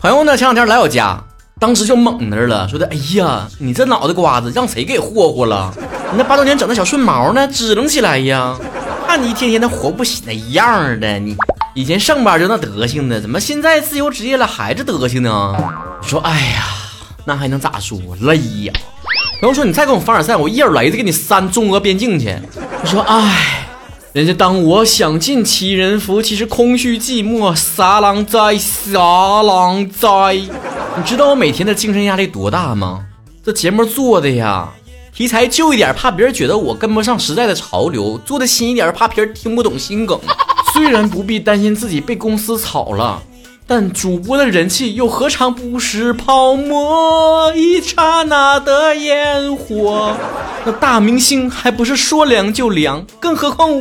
朋友呢前两天来我家，当时就懵那儿了，说的哎呀，你这脑袋瓜子让谁给霍霍了？你那8多年整的小顺毛呢，支棱起来呀！看你一天天的活不起那样的，你以前上班就那德行的，怎么现在自由职业了还这德行呢？说哎呀，那还能咋说？累呀！朋友说你再跟我凡尔赛，我一耳雷子给你扇中俄边境去。我说哎，人家当我想尽其人福，其实空虚寂寞，撒浪在撒浪在。你知道我每天的精神压力多大吗？这节目做的呀，题材旧一点怕别人觉得我跟不上时代的潮流，做的新一点怕别人听不懂新梗。虽然不必担心自己被公司炒了，但主播的人气又何尝不是泡沫，一刹那的烟火。那大明星还不是说凉就凉，更何况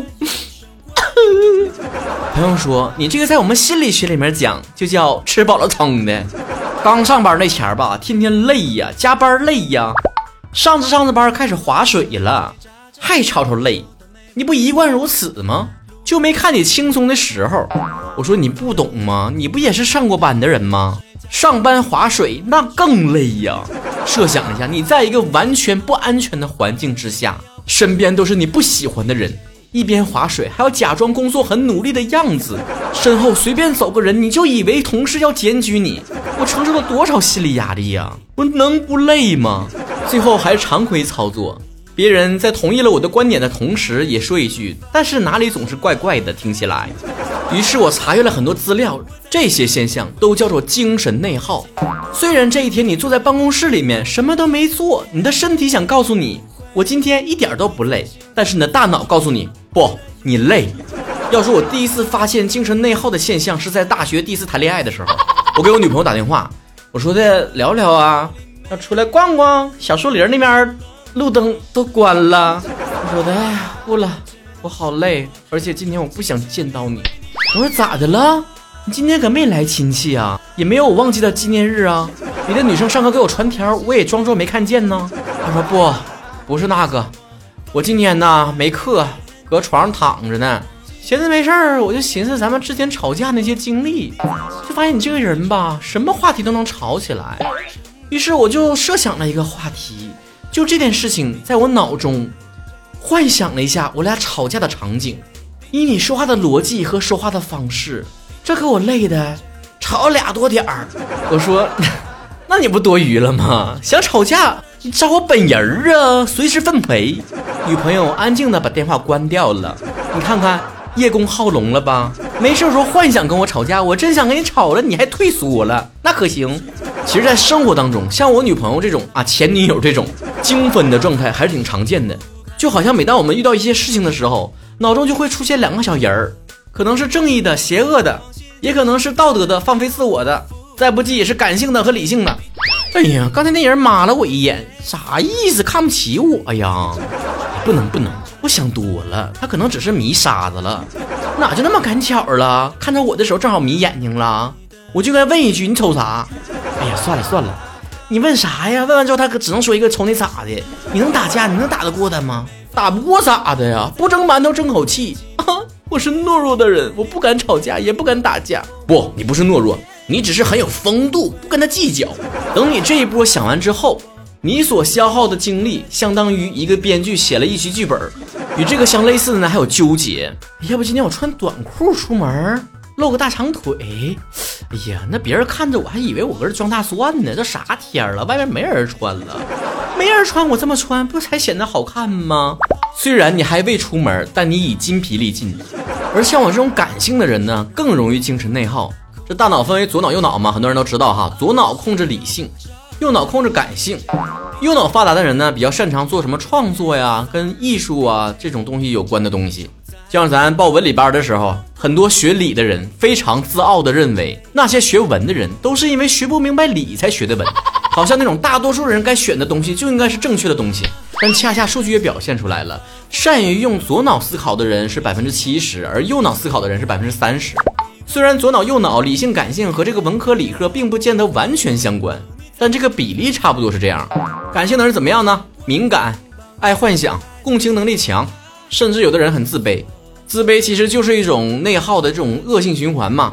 朋友说你这个在我们心理学里面讲就叫吃饱了撑的。刚上班那前儿吧，天天累呀，加班累呀，上着班开始划水了，还吵累，你不一贯如此吗？就没看你轻松的时候。我说你不懂吗？你不也是上过班的人吗？上班划水那更累呀。设想一下，你在一个完全不安全的环境之下，身边都是你不喜欢的人，一边划水还要假装工作很努力的样子，身后随便走个人你就以为同事要检举你，我承受了多少心理压力呀，我能不累吗？最后还是常规操作，别人在同意了我的观点的同时也说一句，但是哪里总是怪怪的听起来。于是我查阅了很多资料，这些现象都叫做精神内耗。虽然这一天你坐在办公室里面什么都没做，你的身体想告诉你我今天一点都不累，但是你的大脑告诉你不，你累。要说我第一次发现精神内耗的现象是在大学第一次谈恋爱的时候，我给我女朋友打电话，我说的聊聊啊，要出来逛逛，小树林那边路灯都关了。我说的哎呀不了，我好累，而且今天我不想见到你。我说咋的了？你今天可没来亲戚啊，也没有我忘记的纪念日啊。你的女生上课给我传条，我也装作没看见呢。他说不是那个，我今天呢没课，搁床上躺着呢，闲着没事儿，我就寻思咱们之前吵架那些经历，就发现你这个人吧，什么话题都能吵起来。于是我就设想了一个话题，就这件事情在我脑中幻想了一下我俩吵架的场景，以你说话的逻辑和说话的方式，这给我累的吵2多点儿。我说那你不多余了吗？想吵架你找我本人啊，随时奉陪。女朋友安静的把电话关掉了。你看看叶公好龙了吧？没事说幻想跟我吵架，我真想跟你吵了你还退缩了，那可行？其实在生活当中，像我女朋友这种前女友这种精分的状态还是挺常见的。就好像每当我们遇到一些事情的时候，脑中就会出现2个小人儿，可能是正义的邪恶的，也可能是道德的放飞自我的，再不济也是感性的和理性的。哎呀，刚才那人骂了我一眼，啥意思？看不起我呀？不能，我想多了，他可能只是迷沙子了，哪就那么赶巧了？看着我的时候正好迷眼睛了，我就该问一句你瞅啥？哎呀，算了，你问啥呀？问完之后他只能说一个瞅你咋的？你能打架？你能打得过他吗？打不过咋的呀？不争馒头争口气啊！我是懦弱的人，我不敢吵架，也不敢打架。不，你不是懦弱，你只是很有风度，不跟他计较。等你这一波想完之后，你所消耗的精力相当于一个编剧写了1期剧本。与这个相类似的呢，还有纠结。要不今天我穿短裤出门，露个大长腿，哎呀，那别人看着我还以为我搁这装大蒜呢。这啥天了，外面没人穿了，没人穿我这么穿不才显得好看吗？虽然你还未出门，但你已筋疲力尽。而像我这种感性的人呢，更容易精神内耗。这大脑分为左脑右脑嘛，很多人都知道哈。左脑控制理性，右脑控制感性。右脑发达的人呢，比较擅长做什么创作呀，跟艺术啊这种东西有关的东西。像咱报文理班的时候，很多学理的人非常自傲的认为，那些学文的人都是因为学不明白理才学的文，好像那种大多数人该选的东西就应该是正确的东西。但恰恰数据也表现出来了，善于用左脑思考的人是70%，而右脑思考的人是30%。虽然左脑右脑理性感性和这个文科理科并不见得完全相关，但这个比例差不多是这样。感性的人怎么样呢？敏感，爱幻想，共情能力强，甚至有的人很自卑。自卑其实就是一种内耗的这种恶性循环嘛。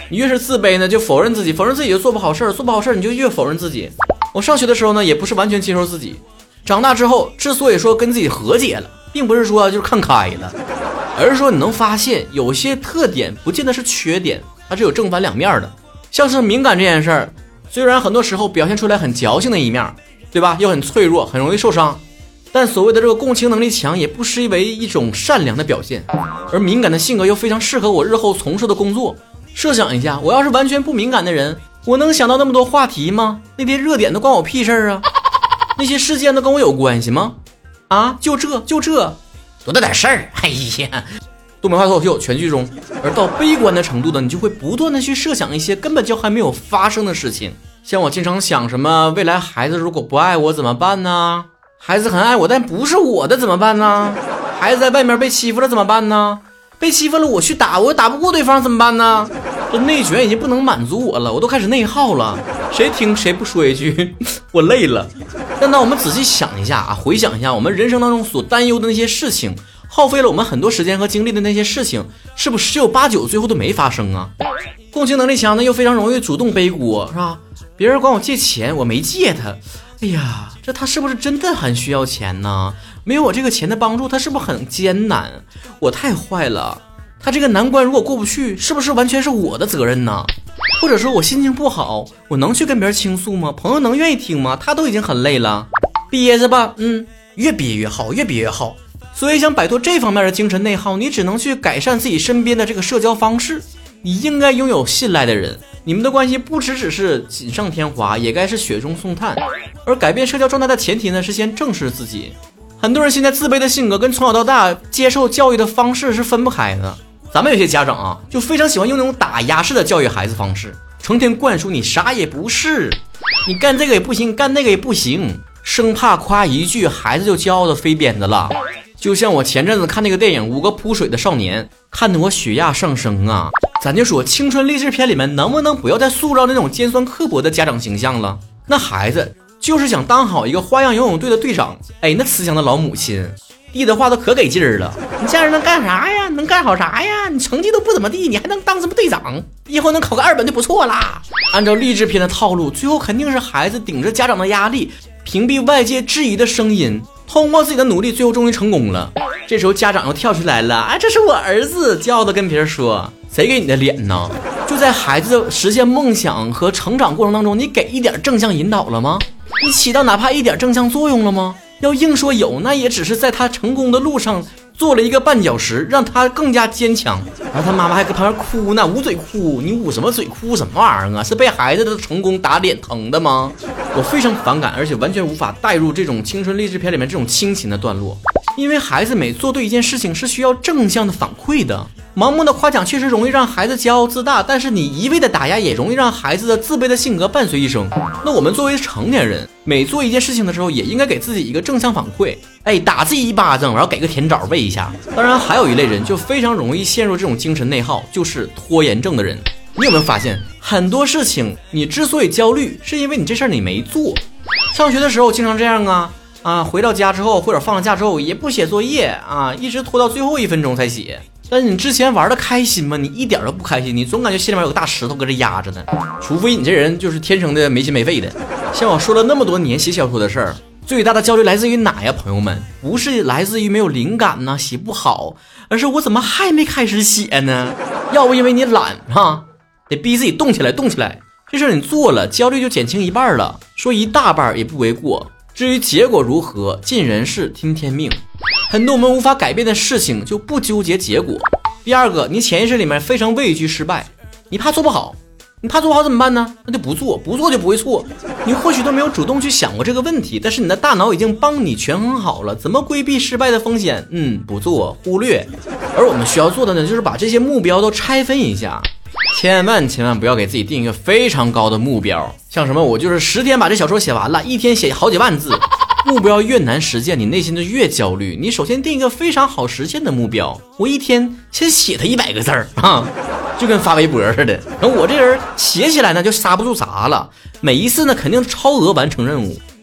你越是自卑呢，就否认自己，否认自己就做不好事儿，做不好事儿你就越否认自己。我上学的时候呢，也不是完全接受自己，长大之后之所以说跟自己和解了，并不是说就是看开了，而是说你能发现有些特点不见得是缺点，它是有正反两面的。像是敏感这件事儿，虽然很多时候表现出来很矫情的一面，对吧？又很脆弱，很容易受伤，但所谓的这个共情能力强，也不失为一种善良的表现。而敏感的性格又非常适合我日后从事的工作。设想一下，我要是完全不敏感的人，我能想到那么多话题吗？那些热点都关我屁事儿啊！那些事件都跟我有关系吗？啊，就这多大点事儿！哎呀，东北话脱口秀全剧终。而到悲观的程度呢，你就会不断的去设想一些根本就还没有发生的事情。像我经常想什么，未来孩子如果不爱我怎么办呢？孩子很爱我，但不是我的怎么办呢？孩子在外面被欺负了怎么办呢？被欺负了我去打，我又打不过对方怎么办呢？这内卷已经不能满足我了，我都开始内耗了。谁听谁不说一句我累了。但当我们仔细想一下啊，回想一下我们人生当中所担忧的那些事情，耗费了我们很多时间和精力的那些事情，是不是十有八九最后都没发生啊？共情能力强呢，又非常容易主动背锅，是吧？别人管我借钱，我没借他，哎呀，这他是不是真的很需要钱呢？没有我这个钱的帮助，他是不是很艰难？我太坏了，他这个难关如果过不去，是不是完全是我的责任呢？或者说我心情不好，我能去跟别人倾诉吗？朋友能愿意听吗？他都已经很累了，憋着吧，越憋越好，越憋越好。所以想摆脱这方面的精神内耗，你只能去改善自己身边的这个社交方式。你应该拥有信赖的人，你们的关系不只是锦上添花，也该是雪中送炭。而改变社交状态的前提呢，是先正视自己。很多人现在自卑的性格跟从小到大接受教育的方式是分不开的。咱们有些家长啊，就非常喜欢用那种打压式的教育孩子方式，成天灌输你啥也不是，你干这个也不行，干那个也不行，生怕夸一句孩子就骄傲的飞鞭子了。就像我前阵子看那个电影《5个扑水的少年》，看得我血压上升啊。咱就说青春励志片里面能不能不要再塑造那种尖酸刻薄的家长形象了？那孩子就是想当好一个花样游泳队的队长，哎，那慈祥的老母亲地的话都可给劲儿了。你这样能干啥呀？能干好啥呀？你成绩都不怎么地，你还能当什么队长？以后能考个2本就不错啦。按照励志片的套路，最后肯定是孩子顶着家长的压力，屏蔽外界质疑的声音，通过自己的努力，最后终于成功了。这时候家长又跳出来了，哎，这是我儿子，骄傲的跟别人说，谁给你的脸呢？就在孩子实现梦想和成长过程当中，你给一点正向引导了吗？你起到哪怕一点正向作用了吗？要硬说有，那也只是在他成功的路上做了一个绊脚石，让他更加坚强。然后他妈妈还搁旁边哭呢，捂嘴哭，你捂什么嘴，哭什么玩意儿啊？是被孩子的成功打脸疼的吗？我非常反感，而且完全无法带入这种青春励志片里面这种亲情的段落。因为孩子每做对一件事情是需要正向的反馈的，盲目的夸奖确实容易让孩子骄傲自大，但是你一味的打压也容易让孩子的自卑的性格伴随一生。那我们作为成年人，每做一件事情的时候也应该给自己一个正向反馈，哎，打自己一巴掌，然后给个甜枣喂一下。当然还有一类人就非常容易陷入这种精神内耗，就是拖延症的人。你有没有发现很多事情你之所以焦虑，是因为你这事儿你没做。上学的时候经常这样啊，回到家之后或者放了假之后也不写作业啊，一直拖到最后1分钟才写。但是你之前玩的开心吗？你一点都不开心，你总感觉心里面有个大石头搁这压着呢。除非你这人就是天生的没心没肺的。像我说了那么多年写小说的事儿，最大的焦虑来自于哪呀，朋友们？不是来自于没有灵感呢，写不好，而是我怎么还没开始写呢？要不因为你懒哈，得逼自己动起来。这事你做了，焦虑就减轻一半了，说一大半也不为过。至于结果如何，尽人事听天命。很多我们无法改变的事情就不纠结结果。第二个，你潜意识里面非常畏惧失败，你怕做不好，你怕做不好怎么办呢？那就不做就不会错。你或许都没有主动去想过这个问题，但是你的大脑已经帮你权衡好了怎么规避失败的风险。不做，忽略。而我们需要做的呢，就是把这些目标都拆分一下。千万不要给自己定一个非常高的目标，像什么我就是10天把这小说写完了，1天写好几万字。目标越难实现，你内心就越焦虑。你首先定一个非常好实现的目标，我1天先写它100个字啊，就跟发微博似的。然后我这人写起来呢就刹不住啥了，每一次呢肯定超额完成任务。那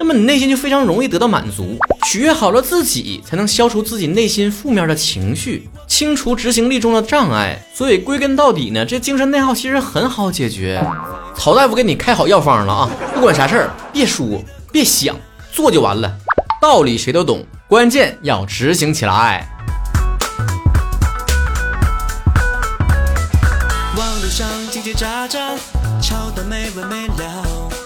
那么你内心就非常容易得到满足。取悦好了自己，才能消除自己内心负面的情绪，清除执行力中的障碍。所以归根到底呢，这精神内耗其实很好解决。曹大夫给你开好药方了啊，不管啥事儿别说别想，做就完了。道理谁都懂，关键要执行起来。 网络上叽叽喳喳，吵得没完没了。